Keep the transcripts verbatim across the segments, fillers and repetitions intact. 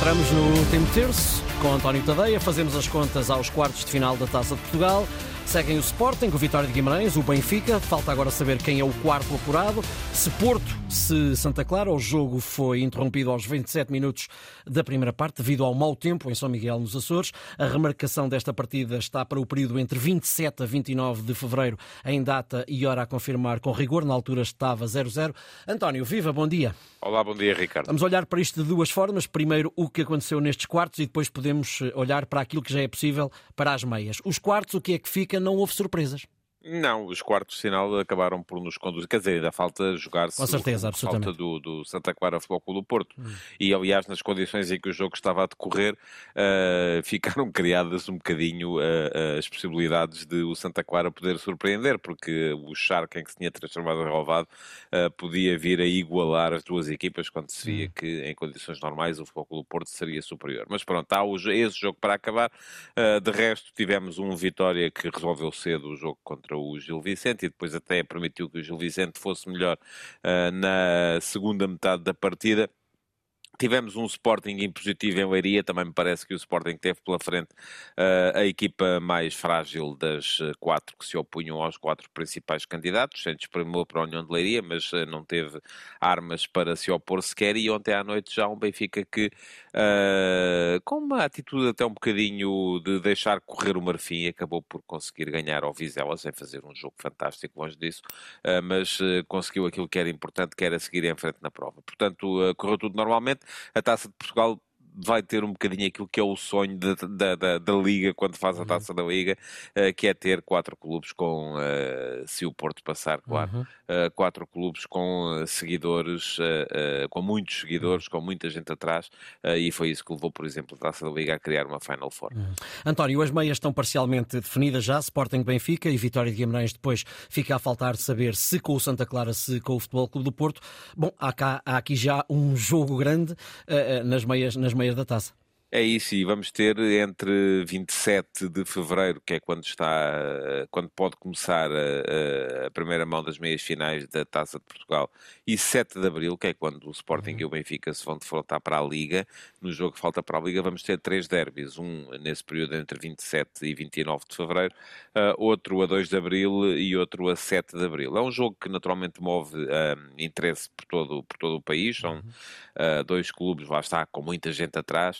Entramos no tempo terço com António Tadeia, fazemos as contas aos quartos de final da Taça de Portugal. Seguem o Sporting, o Vitória de Guimarães, o Benfica. Falta agora saber quem é o quarto apurado. Se Porto, se Santa Clara. O jogo foi interrompido aos vinte e sete minutos da primeira parte devido ao mau tempo em São Miguel, nos Açores. A remarcação desta partida está para o período entre vinte e sete a vinte e nove de fevereiro, em data e hora a confirmar com rigor. Na altura estava zero zero. António, viva, bom dia. Olá, bom dia, Ricardo. Vamos olhar para isto de duas formas. Primeiro, o que aconteceu nestes quartos e depois podemos olhar para aquilo que já é possível para as meias. Os quartos, o que é que fica? Não houve surpresas. Não, os quartos de final acabaram por nos conduzir. Quer dizer, ainda falta jogar-se. Com certeza, o, absolutamente. Falta do, do Santa Clara Futebol Clube do Porto. Hum. E, aliás, nas condições em que o jogo estava a decorrer, uh, ficaram criadas um bocadinho uh, as possibilidades de o Santa Clara poder surpreender, porque o Shark em que se tinha transformado em relvado uh, podia vir a igualar as duas equipas, quando se via hum. que, em condições normais, o Futebol Clube do Porto seria superior. Mas pronto, há o, esse jogo para acabar. Uh, de resto, tivemos um Vitória que resolveu cedo o jogo contra o Gil Vicente e depois até permitiu que o Gil Vicente fosse melhor uh, na segunda metade da partida. Tivemos um Sporting impositivo em Leiria, também me parece que o Sporting teve pela frente uh, a equipa mais frágil das uh, quatro que se opunham aos quatro principais candidatos. Se desprimou para a União de Leiria, mas uh, não teve armas para se opor sequer. E ontem à noite já um Benfica que, uh, com uma atitude até um bocadinho de deixar correr o Marfim, acabou por conseguir ganhar ao Vizela, sem fazer um jogo fantástico, longe disso, uh, mas uh, conseguiu aquilo que era importante, que era seguir em frente na prova. Portanto, uh, correu tudo normalmente. A Taça de Portugal vai ter um bocadinho aquilo que é o sonho da, da, da, da Liga, quando faz a Taça da Liga, uh, que é ter quatro clubes com, uh, se o Porto passar, claro, uhum. uh, quatro clubes com uh, seguidores, uh, uh, com muitos seguidores, com muita gente atrás, uh, e foi isso que levou, por exemplo, a Taça da Liga a criar uma Final Four. Uhum. António, as meias estão parcialmente definidas já, Sporting, Benfica e Vitória de Guimarães. Depois fica a faltar saber se com o Santa Clara, se com o Futebol Clube do Porto. Bom, há, cá, há aqui já um jogo grande uh, nas meias, nas meias da taça. É isso, e vamos ter entre vinte e sete de fevereiro, que é quando está, quando pode começar a, a primeira mão das meias finais da Taça de Portugal, e sete de abril, que é quando o Sporting uhum. e o Benfica se vão defrontar para a Liga. No jogo que falta para a Liga vamos ter três derbys, um nesse período entre vinte e sete e vinte e nove de fevereiro, uh, outro a dois de abril e outro a sete de abril. É um jogo que naturalmente move uh, interesse por todo, por todo o país, são uh, dois clubes, lá está, com muita gente atrás.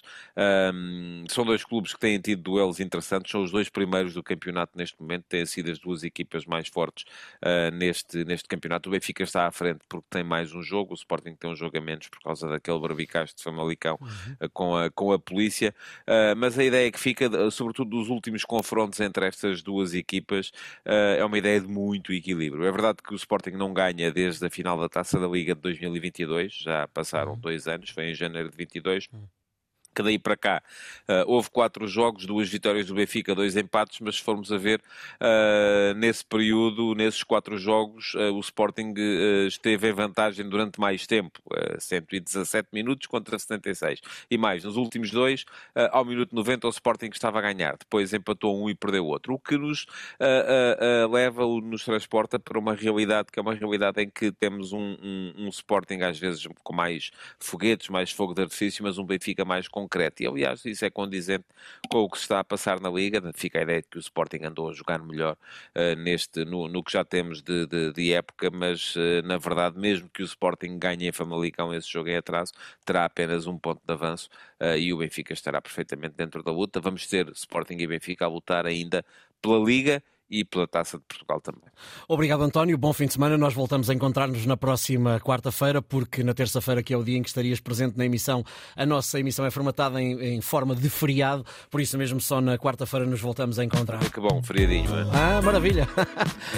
Um, são dois clubes que têm tido duelos interessantes, são os dois primeiros do campeonato neste momento, têm sido as duas equipas mais fortes uh, neste, neste campeonato. O Benfica está à frente porque tem mais um jogo, o Sporting tem um jogo a menos por causa daquele barbicacho de Famalicão uhum. uh, com, a, com a polícia, uh, mas a ideia que fica, uh, sobretudo dos últimos confrontos entre estas duas equipas, uh, é uma ideia de muito equilíbrio. É verdade que o Sporting não ganha desde a final da Taça da Liga de dois mil e vinte e dois, já passaram uhum. dois anos, foi em janeiro de vinte e dois. Uhum. Que daí para cá uh, houve quatro jogos, duas vitórias do Benfica, dois empates, mas se formos a ver, uh, nesse período, nesses quatro jogos, uh, o Sporting uh, esteve em vantagem durante mais tempo, uh, cento e dezassete minutos contra setenta e seis. E mais, nos últimos dois, uh, ao minuto noventa, o Sporting estava a ganhar, depois empatou um e perdeu outro, o que nos uh, uh, uh, leva, nos transporta para uma realidade, que é uma realidade em que temos um, um, um Sporting às vezes com mais foguetes, mais fogo de artifício, mas um Benfica mais com concreto. E, aliás, isso é condizente com o que se está a passar na Liga. Fica a ideia de que o Sporting andou a jogar melhor uh, neste, no, no que já temos de, de, de época, mas, uh, na verdade, mesmo que o Sporting ganhe em Famalicão esse jogo em atraso, terá apenas um ponto de avanço uh, e o Benfica estará perfeitamente dentro da luta. Vamos ter Sporting e Benfica a lutar ainda pela Liga e pela Taça de Portugal também. Obrigado, António. Bom fim de semana. Nós voltamos a encontrar-nos na próxima quarta-feira, porque na terça-feira, que é o dia em que estarias presente na emissão, a nossa emissão é formatada em, em forma de feriado, por isso mesmo só na quarta-feira nos voltamos a encontrar. Que bom, feriadinho. É? Ah, maravilha!